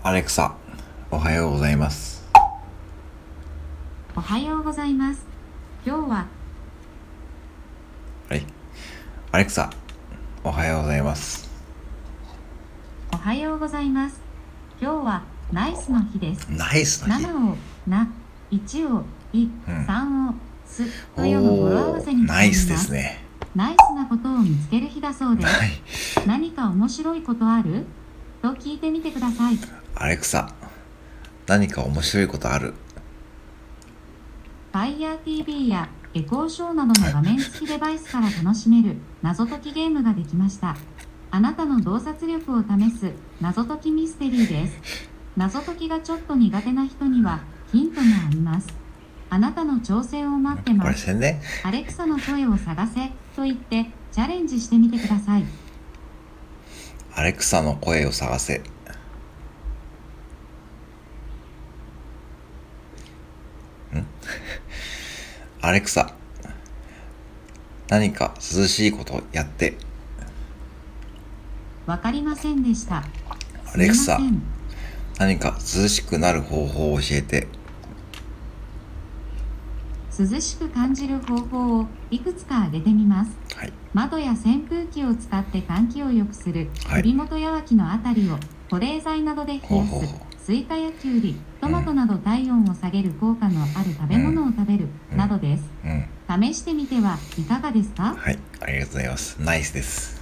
アレクサ、おはようございます。 おはようございます。今日ははい。アレクサ、おはようございます。 おはようございます。今日はナイスの日です。 ナイスの日。 7をな、1をい、3をすと読む語呂合わせにナイスでます。 すね。 ナイスなことを見つける日だそうです。 はい。 何か面白いことあると聞いてみてください。 アレクサ、何か面白いことある？ Fire TV やエコーショーなどの画面付きデバイスから楽しめる謎解きゲームができました。あなたの洞察力を試す謎解きミステリーです。謎解きがちょっと苦手な人にはヒントもあります。あなたの挑戦を待ってこます。 れ宣伝？ アレクサの声を探せと言ってチャレンジしてみてください。 アレクサの声を探せ。アレクサ、何か涼しいことやって。 わかりませんでした。 アすみまレクサ、 せん。 何か涼しくなる方法を教えて。 涼しく感じる方法をいくつか挙げてみます。 はい。 窓や扇風機を使って換気を良くする、 はい首元や脇のあたりを保冷剤などで冷やす、スイカやキュウリ、トマトなど体温を下げる効果のある食べ物を食べる、などです。試してみてはいかがですか？ はい。ありがとうございます。ナイスです。